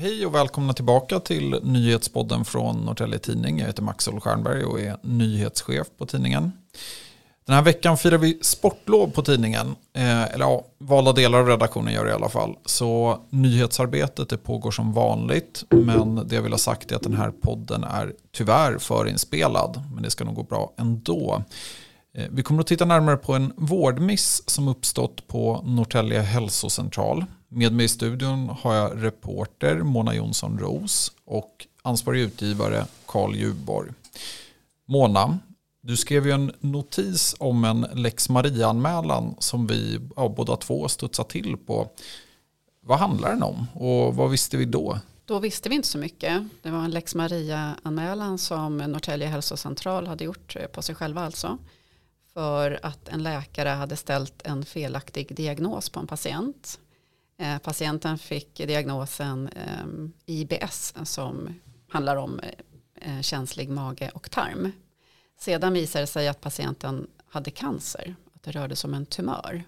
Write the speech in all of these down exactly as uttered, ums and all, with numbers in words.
Hej och välkomna tillbaka till nyhetspodden från Norrtelje Tidning. Jag heter Max Stjernberg och är nyhetschef på tidningen. Den här veckan firar vi sportlov på tidningen. Eh, eller ja, valda delar av redaktionen gör det i alla fall. Så nyhetsarbetet det pågår som vanligt. Men det jag vill ha sagt är att den här podden är tyvärr förinspelad. Men det ska nog gå bra ändå. Eh, vi kommer att titta närmare på en vårdmiss som uppstått på Norrtelje hälsocentral. Med mig i studion har jag reporter Mona Jonsson-Ros och ansvarig utgivare Carl Djurborg. Mona, du skrev ju en notis om en Lex Maria-anmälan som vi ja, båda två studsade till på. Vad handlar den om och vad visste vi då? Då visste vi inte så mycket. Det var en Lex Maria-anmälan som Norrtelje hälsocentral hade gjort på sig själva alltså. För att en läkare hade ställt en felaktig diagnos på en patient. Eh, patienten fick diagnosen eh, I B S som handlar om eh, känslig mage och tarm. Sedan visade det sig att patienten hade cancer, att det rörde sig om en tumör.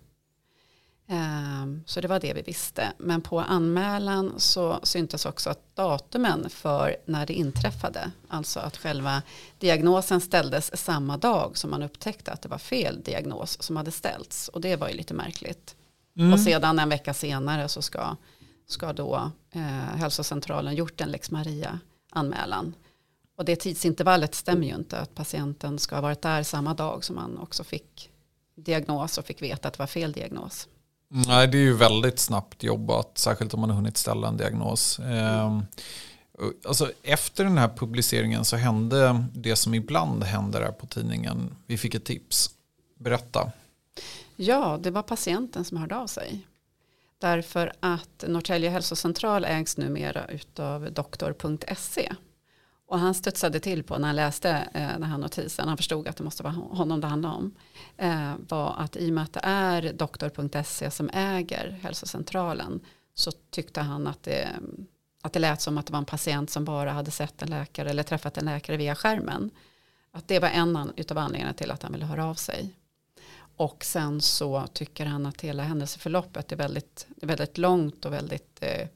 Eh, så det var det vi visste. Men på anmälan så syntes också att datumen för när det inträffade, alltså att själva diagnosen ställdes samma dag som man upptäckte att det var fel diagnos som hade ställts. Och det var ju lite märkligt. Mm. Och sedan en vecka senare så ska, ska då eh, hälsocentralen gjort en Lex Maria-anmälan. Och det tidsintervallet stämmer ju inte att patienten ska ha varit där samma dag som man också fick diagnos och fick veta att det var fel diagnos. Nej, det är ju väldigt snabbt jobbat, särskilt om man har hunnit ställa en diagnos. Eh, alltså, efter den här publiceringen så hände det som ibland händer här på tidningen. Vi fick ett tips. Berätta. Ja, det var patienten som hörde av sig. Därför att Norrtelje hälsocentral ägs numera utav doktor punkt se. Och han studsade till på när han läste eh, den här notisen. Han förstod att det måste vara honom det handlade om. Eh, var att i och med att det är doktor punkt se som äger hälsocentralen så tyckte han att det, att det lät som att det var en patient som bara hade sett en läkare eller träffat en läkare via skärmen. Att det var en av anledningarna till att han ville höra av sig. Och sen så tycker han att hela händelseförloppet är väldigt, är väldigt långt och väldigt eh,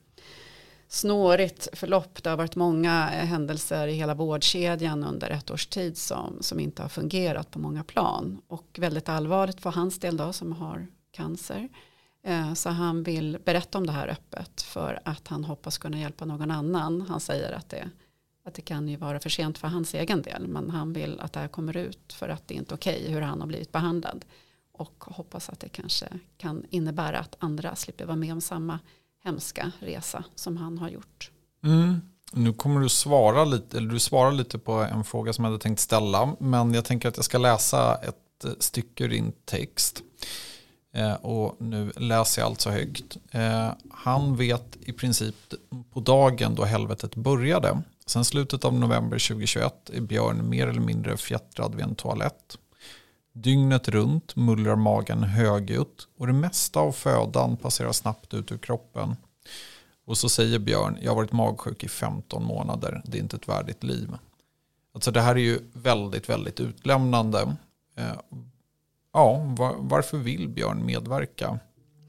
snårigt förlopp. Det har varit många händelser i hela vårdkedjan under ett års tid som, som inte har fungerat på många plan. Och väldigt allvarligt för hans del då som har cancer. Eh, så han vill berätta om det här öppet för att han hoppas kunna hjälpa någon annan. Han säger att det, att det kan ju vara för sent för hans egen del. Men han vill att det här kommer ut för att det inte är okej hur han har blivit behandlad. Och hoppas att det kanske kan innebära att andra slipper vara med om samma hemska resa som han har gjort. Mm. Nu kommer du svara lite, eller du svarar lite på en fråga som jag hade tänkt ställa. Men jag tänker att jag ska läsa ett stycke ur din text. Eh, och nu läser jag alltså högt. Eh, han vet i princip på dagen då helvetet började. Sen slutet av november tjugohundratjugoett är Björn mer eller mindre fjättrad vid en toalett. Dygnet runt mullrar magen högljutt och det mesta av födan passerar snabbt ut ur kroppen. Och så säger Björn, jag har varit magsjuk i femton månader, det är inte ett värdigt liv. Alltså det här är ju väldigt, väldigt utlämnande. Eh, ja, var, varför vill Björn medverka?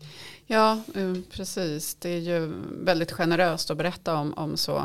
Ja, precis. Det är ju väldigt generöst att berätta om, om så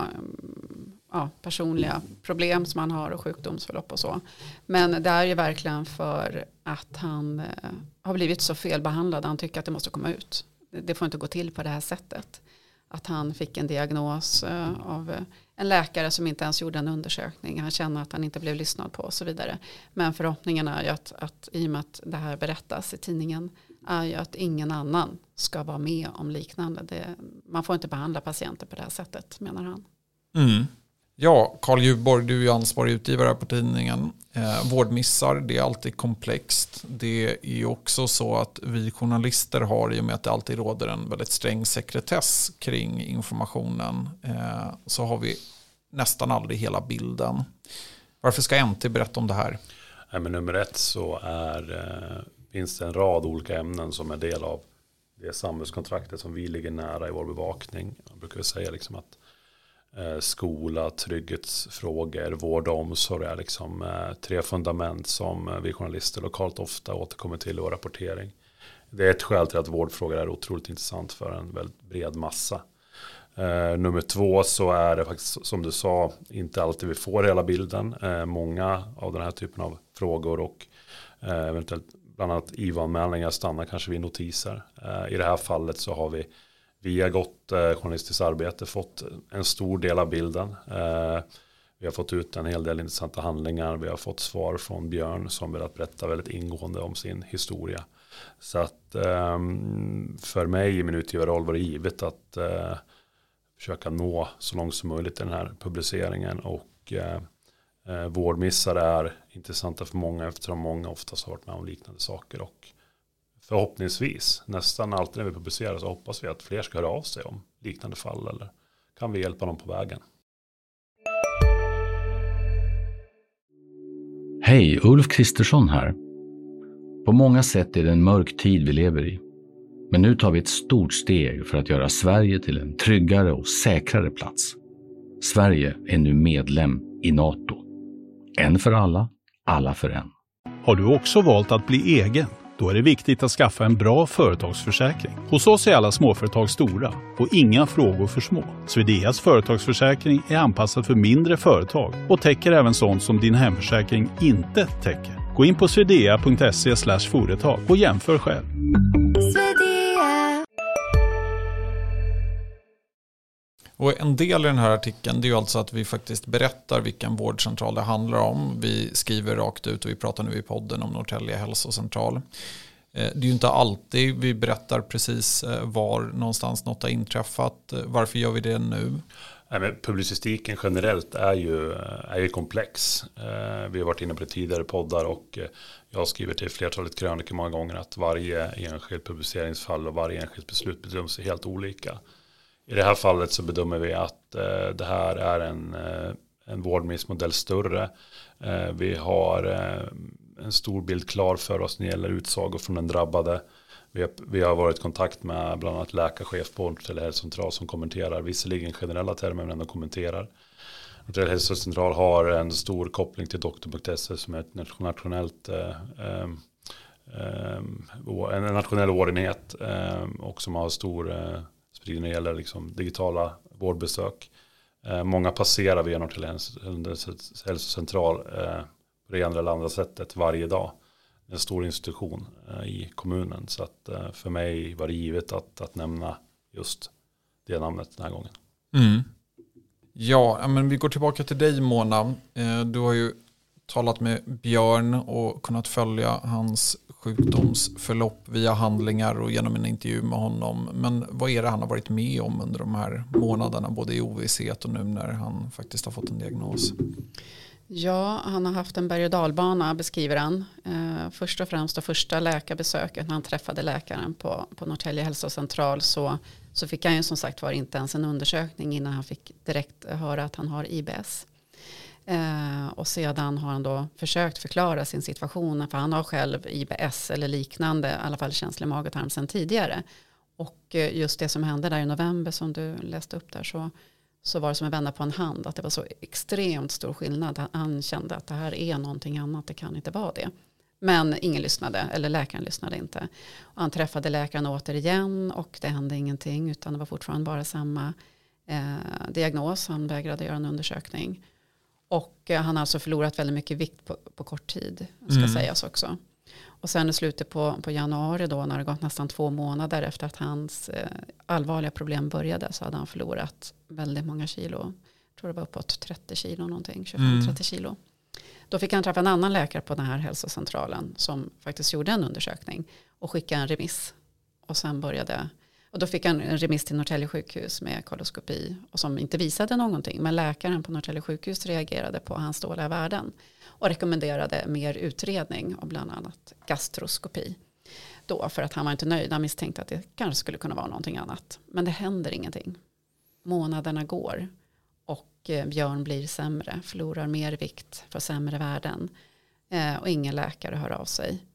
ja, personliga problem som man har och sjukdomsförlopp och så. Men det är ju verkligen för att han eh, har blivit så felbehandlad. Han tycker att det måste komma ut. Det får inte gå till på det här sättet. Att han fick en diagnos eh, av en läkare som inte ens gjorde en undersökning. Han känner att han inte blev lyssnad på och så vidare. Men förhoppningen är ju att, att i och med att det här berättas i tidningen är ju att ingen annan ska vara med om liknande. Det, man får inte behandla patienter på det här sättet, menar han. Mm. Ja, Carl Djurborg, du är ansvarig utgivare på tidningen. Eh, vårdmissar, det är alltid komplext. Det är ju också så att vi journalister har, i och med att det alltid råder en väldigt sträng sekretess kring informationen, eh, så har vi nästan aldrig hela bilden. Varför ska N T berätta om det här? Nej, men nummer ett så är, eh, finns det en rad olika ämnen som är del av det samhällskontraktet som vi ligger nära i vår bevakning. Jag brukar säga liksom att eh, skola, trygghetsfrågor, vård och omsorg är liksom eh, tre fundament som eh, vi journalister lokalt ofta återkommer till i vår rapportering. Det är ett skäl till att vårdfrågor är otroligt intressant för en väldigt bred massa. Eh, nummer två så är det faktiskt som du sa inte alltid vi får hela bilden. Eh, många av den här typen av frågor och eh, eventuellt bland annat I V A-anmälningar stannar kanske vid notiser. Eh, I det här fallet så har vi via gott eh, journalistiskt arbete fått en stor del av bilden. Eh, vi har fått ut en hel del intressanta handlingar. Vi har fått svar från Björn som velat berätta väldigt ingående om sin historia. Så att eh, för mig i min utgivarroll var det givet att eh, försöka nå så långt som möjligt den här publiceringen. Och eh, eh, vårdmissar är intressanta för många eftersom många oftast har varit med om liknande saker. Och förhoppningsvis, nästan alltid när vi publicerar så hoppas vi att fler ska höra av sig om liknande fall eller kan vi hjälpa dem på vägen. Hej, Ulf Kristersson här. På många sätt är det en mörk tid vi lever i. Men nu tar vi ett stort steg för att göra Sverige till en tryggare och säkrare plats. Sverige är nu medlem i NATO. En för alla, alla för en. Har du också valt att bli egen? Då är det viktigt att skaffa en bra företagsförsäkring. Hos oss är alla småföretag stora och inga frågor för små. Swedeas företagsförsäkring är anpassad för mindre företag och täcker även sånt som din hemförsäkring inte täcker. Gå in på swedea punkt se slash företag och jämför själv. Och en del i den här artikeln det är ju alltså att vi faktiskt berättar vilken vårdcentral det handlar om. Vi skriver rakt ut och vi pratar nu i podden om Norrtälje hälsocentral. Det är ju inte alltid vi berättar precis var någonstans något har inträffat. Varför gör vi det nu? Nej, men publicistiken generellt är ju, är ju komplex. Vi har varit inne på det tidigare poddar och jag skriver till flertalet krönikor många gånger att varje enskild publiceringsfall och varje enskilt beslut bedöms helt olika. I det här fallet så bedömer vi att eh, det här är en, eh, en vårdmissmodell större. Eh, vi har eh, en stor bild klar för oss när det gäller utsagor från den drabbade. Vi har, vi har varit i kontakt med bland annat läkarchef på Norrtälje hälsocentral som kommenterar, visserligen generella termer men ändå kommenterar. Norrtälje hälsocentral har en stor koppling till doktor punkt se som är ett nationellt eh, eh, en nationell vårdenhet eh, och som har stor eh, när det gäller liksom digitala vårdbesök. Eh, många passerar via Norrtälje hälsocentral eh, på det ena eller andra sättet varje dag. En stor institution eh, i kommunen. Så att, eh, för mig var det givet att, att nämna just det namnet den här gången. Mm. Ja, men vi går tillbaka till dig Mona. Eh, du har ju talat med Björn och kunnat följa hans sjukdomsförlopp via handlingar och genom en intervju med honom. Men vad är det han har varit med om under de här månaderna, både i ovisshet och nu när han faktiskt har fått en diagnos? Ja, han har haft en berg- och dalbana, beskriver han. Eh, först och främst det första läkarbesöket när han träffade läkaren på, på Norrtälje hälsocentral så, så fick han ju som sagt var inte ens en undersökning innan han fick direkt höra att han har I B S. Eh, och sedan har han då försökt förklara sin situation för han har själv I B S eller liknande, i alla fall känslig mag-och-tarm sedan tidigare. Och eh, just det som hände där i november som du läste upp där så, så var det som en vända på en hand att det var så extremt stor skillnad. Han, han kände att det här är någonting annat, det kan inte vara det. Men ingen lyssnade, eller läkaren lyssnade inte. Och han träffade läkaren återigen och det hände ingenting utan det var fortfarande bara samma eh, diagnos. Han vägrade göra en undersökning. Och eh, han har alltså förlorat väldigt mycket vikt på, på kort tid, ska mm. sägas också. Och sen i slutet på, på januari då, när det gått nästan två månader efter att hans eh, allvarliga problem började så hade han förlorat väldigt många kilo. Jag tror det var uppåt trettio kilo någonting, tjugofem till trettio kilo. Då fick han träffa en annan läkare på den här hälsocentralen som faktiskt gjorde en undersökning och skickade en remiss. Och sen började, och då fick han en remiss till Norrtälje sjukhus med koloskopi och som inte visade någonting. Men läkaren på Norrtälje sjukhus reagerade på hans dåliga värden och rekommenderade mer utredning och bland annat gastroskopi. Då för att han var inte nöjd, han misstänkte att det kanske skulle kunna vara någonting annat. Men det händer ingenting. Månaderna går. Och Björn blir sämre, förlorar mer vikt, får sämre värden. Eh, och ingen läkare hör av sig.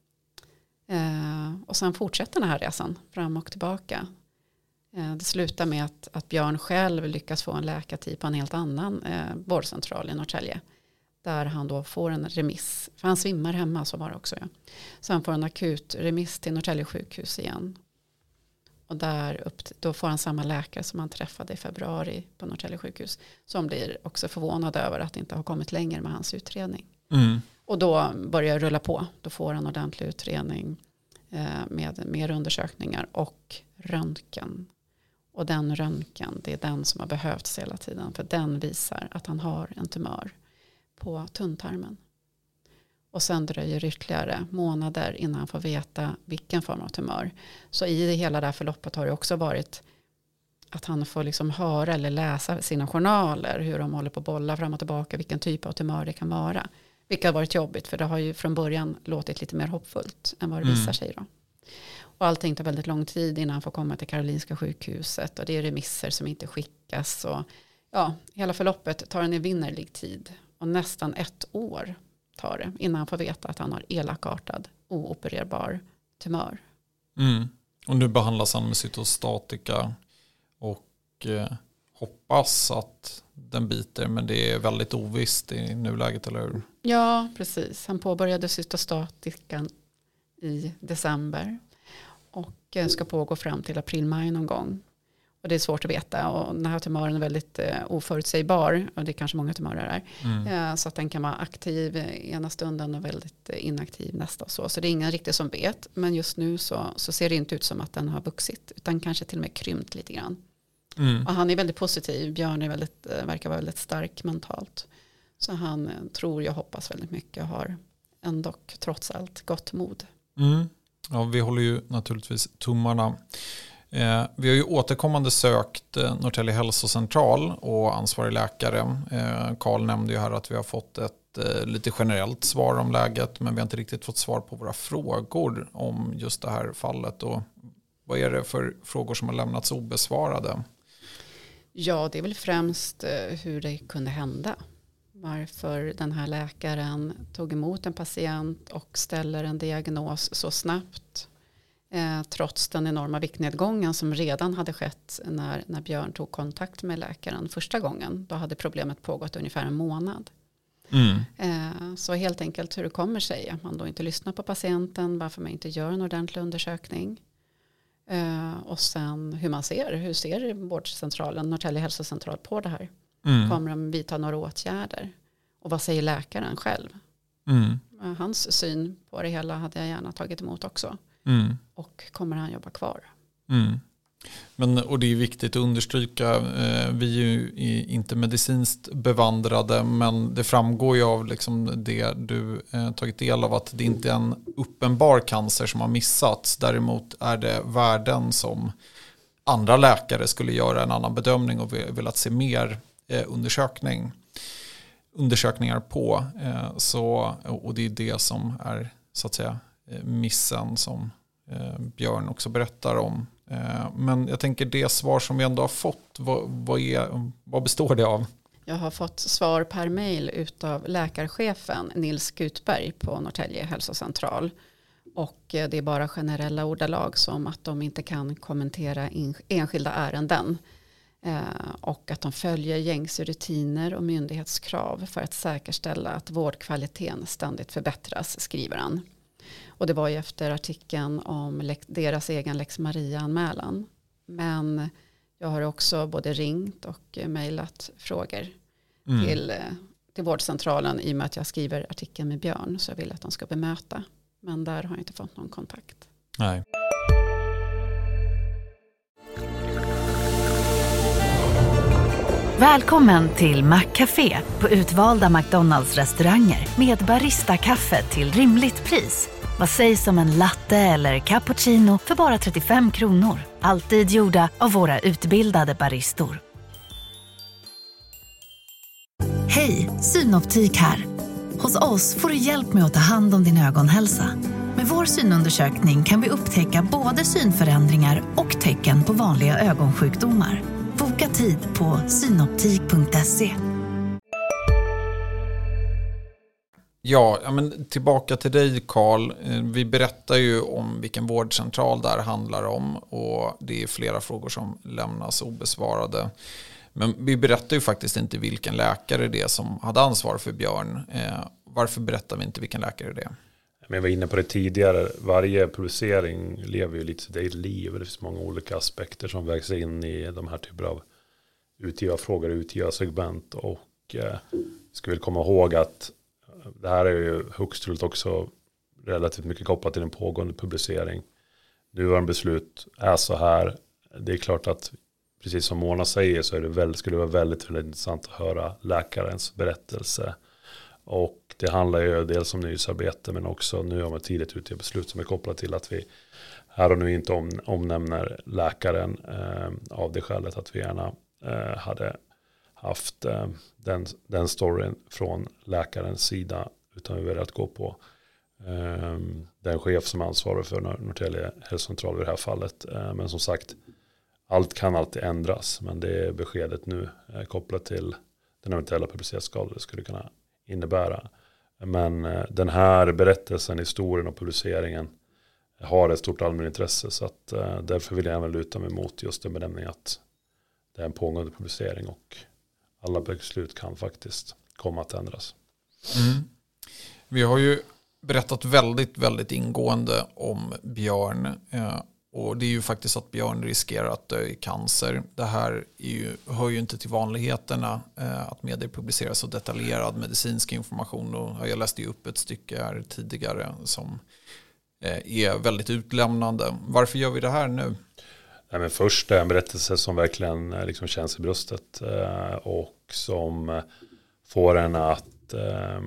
Eh, och sen fortsätter den här resan fram och tillbaka. Eh, det slutar med att, att Björn själv lyckas få en läkartid på en helt annan eh, vårdcentral i Norrtälje. Där han då får en remiss. För han svimmar hemma, så var det också. Ja. Så han får en akut remiss till Norrtälje sjukhus igen. Och där upp, då får han samma läkare som han träffade i februari på Norrtälje sjukhus. Som blir också förvånad över att det inte har kommit längre med hans utredning. Mm. Och då börjar det rulla på. Då får han ordentlig utredning eh, med mer undersökningar och röntgen. Och den röntgen, det är den som har behövts hela tiden. För den visar att han har en tumör på tunntarmen. Och sen dröjer ytterligare månader innan han får veta vilken form av tumör. Så i det hela det här förloppet har det också varit att han får liksom höra eller läsa sina journaler. Hur de håller på att bolla fram och tillbaka. Vilken typ av tumör det kan vara. Vilket har varit jobbigt, för det har ju från början låtit lite mer hoppfullt än vad det visar sig då. Och allting tar väldigt lång tid innan han får komma till Karolinska sjukhuset. Och det är remisser som inte skickas. Och ja, hela förloppet tar en evinnerlig tid. Och nästan ett år tar det innan han får veta att han har elakartad, oopererbar tumör. Mm. Och nu behandlas han med cytostatika och eh, hoppas att den biter, men det är väldigt ovisst i nuläget, eller hur? Ja, precis. Han påbörjade cytostatikan i december och ska pågå fram till april-maj någon gång. Och det är svårt att veta, och den här tumören är väldigt eh, oförutsägbar, och det är kanske många tumörer är. Mm. Eh, så att den kan vara aktiv ena stunden och väldigt eh, inaktiv nästa och så. Så det är ingen riktigt som vet, men just nu så, så ser det inte ut som att den har vuxit, utan kanske till och med krympt lite grann. Mm. Och han är väldigt positiv, Björn är väldigt, eh, verkar vara väldigt stark mentalt. Så han eh, tror jag hoppas väldigt mycket och har ändå trots allt gott mod. Mm. Ja, vi håller ju naturligtvis tummarna. Eh, vi har ju återkommande sökt eh, Norrtälje hälsocentral och ansvarig läkare. Eh, Carl nämnde ju här att vi har fått ett eh, lite generellt svar om läget, men vi har inte riktigt fått svar på våra frågor om just det här fallet. Och vad är det för frågor som har lämnats obesvarade? Ja, det är väl främst eh, hur det kunde hända. Varför den här läkaren tog emot en patient och ställer en diagnos så snabbt. Eh, trots den enorma viktnedgången som redan hade skett när, när Björn tog kontakt med läkaren första gången. Då hade problemet pågått ungefär en månad. Mm. Eh, så helt enkelt hur det kommer sig att man då inte lyssnar på patienten. Varför man inte gör en ordentlig undersökning. Eh, och sen hur man ser. Hur ser vårdcentralen, Norrtälje hälsocentral, på det här? Mm. Kommer de vidta några åtgärder? Och vad säger läkaren själv? Mm. Eh, hans syn på det hela hade jag gärna tagit emot också. Mm. Och kommer han jobba kvar? Mm. Men, och det är viktigt att understryka, eh, vi är ju inte medicinskt bevandrade, men det framgår ju av liksom det du eh, tagit del av att det inte är en uppenbar cancer som har missats. Däremot är det värden som andra läkare skulle göra en annan bedömning och velat se mer eh, undersökning, undersökningar på. Eh, så, och det är det som är så att säga missen som eh, Björn också berättar om. Eh, men jag tänker det svar som vi ändå har fått, vad, vad, är, vad består det av? Jag har fått svar per mejl utav läkarchefen Nils Gutberg på Norrtälje hälsocentral. Och eh, det är bara generella ordalag som att de inte kan kommentera in, enskilda ärenden. Eh, och att de följer gängse rutiner och myndighetskrav för att säkerställa att vårdkvaliteten ständigt förbättras, skriver han. Och det var ju efter artikeln om deras egen Lex Maria-anmälan. Men jag har också både ringt och mejlat frågor mm. till, till vårdcentralen i och med att jag skriver artikeln med Björn. Så jag vill att de ska bemöta. Men där har jag inte fått någon kontakt. Nej. Välkommen till Maccafé på utvalda McDonalds-restauranger med Barista-kaffe till rimligt pris. Vad sägs om en latte eller cappuccino för bara trettiofem kronor? Alltid gjorda av våra utbildade baristor. Hej, Synoptik här. Hos oss får du hjälp med att ta hand om din ögonhälsa. Med vår synundersökning kan vi upptäcka både synförändringar och tecken på vanliga ögonsjukdomar. Boka tid på synoptik punkt se. Ja, men tillbaka till dig Carl. Vi berättar ju om vilken vårdcentral där handlar om och det är flera frågor som lämnas obesvarade. Men vi berättar ju faktiskt inte vilken läkare det är som hade ansvar för Björn. Varför berättar vi inte vilken läkare det är? men jag var inne på det tidigare, varje publicering lever ju lite sitt eget liv. Det finns många olika aspekter som vägs in i de här typer av utgivarfrågor, utgivarsegment. Och eh, ska väl komma ihåg att det här är ju högst troligt också relativt mycket kopplat till en pågående publicering. Nuvarande beslut är så här. Det är klart att precis som Mona säger så är det väl, skulle det vara väldigt, väldigt intressant att höra läkarens berättelse. Och det handlar ju dels om nyhetsarbete men också nu om ett tidigt utgivarbeslut som är kopplat till att vi här och nu inte om, omnämner läkaren eh, av det skälet att vi gärna eh, hade haft eh, den, den storyn från läkarens sida, utan vi väljer att gå på eh, den chef som ansvarar för Norrtälje hälsocentral i det här fallet. Eh, men som sagt, allt kan alltid ändras, men det är beskedet nu eh, kopplat till den eventuella publiceringsskada det skulle kunna innebära. Men eh, den här berättelsen, historien och publiceringen har ett stort allmänintresse, så att eh, därför vill jag även luta mig mot just den benämningen att det är en pågående publicering och alla beslut kan faktiskt komma att ändras. Mm. Vi har ju berättat väldigt, väldigt ingående om Björn. Eh, och det är ju faktiskt att Björn riskerar att dö i cancer. Det här är ju, hör ju inte till vanligheterna eh, att medier publicerar så detaljerad medicinsk information. Och jag läste ju upp ett stycke här tidigare som eh, är väldigt utlämnande. Varför gör vi det här nu? Nej, men först är en berättelse som verkligen liksom känns i bröstet eh, och som får en att eh,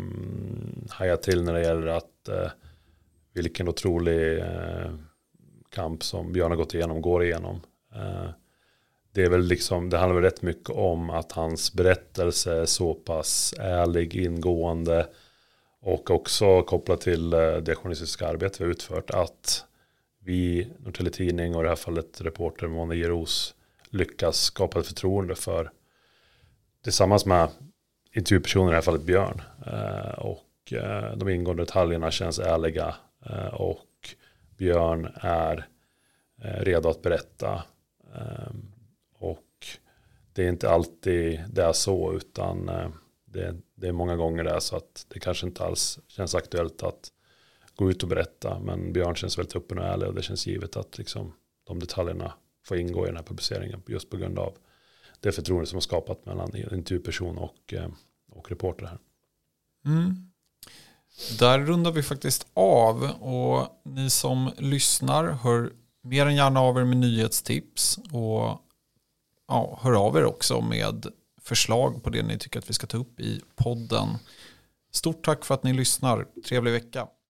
haja till när det gäller att eh, vilken otrolig eh, kamp som Björn har gått igenom, går igenom. Eh, det är väl liksom, det handlar väl rätt mycket om att hans berättelse är så pass ärlig, ingående och också kopplat till eh, det journalistiska arbete vi har utfört, att vi, Norrtälje Tidning och i det här fallet reporter Mona Geros, lyckas skapa ett förtroende för, tillsammans med intervjupersonen i det här fallet Björn. Eh, och eh, de ingående detaljerna känns ärliga eh, och Björn är eh, redo att berätta. Eh, och det är inte alltid det är så, utan eh, det, det är många gånger det är så att det kanske inte alls känns aktuellt att gå ut och berätta, men Björn känns väldigt öppen och ärlig och det känns givet att liksom, de detaljerna får ingå i den här publiceringen just på grund av det förtroende som har skapat mellan intervjuperson och, och reporter här. Mm. Där rundar vi faktiskt av, och ni som lyssnar hör mer än gärna av er med nyhetstips och ja, hör av er också med förslag på det ni tycker att vi ska ta upp i podden. Stort tack för att ni lyssnar. Trevlig vecka.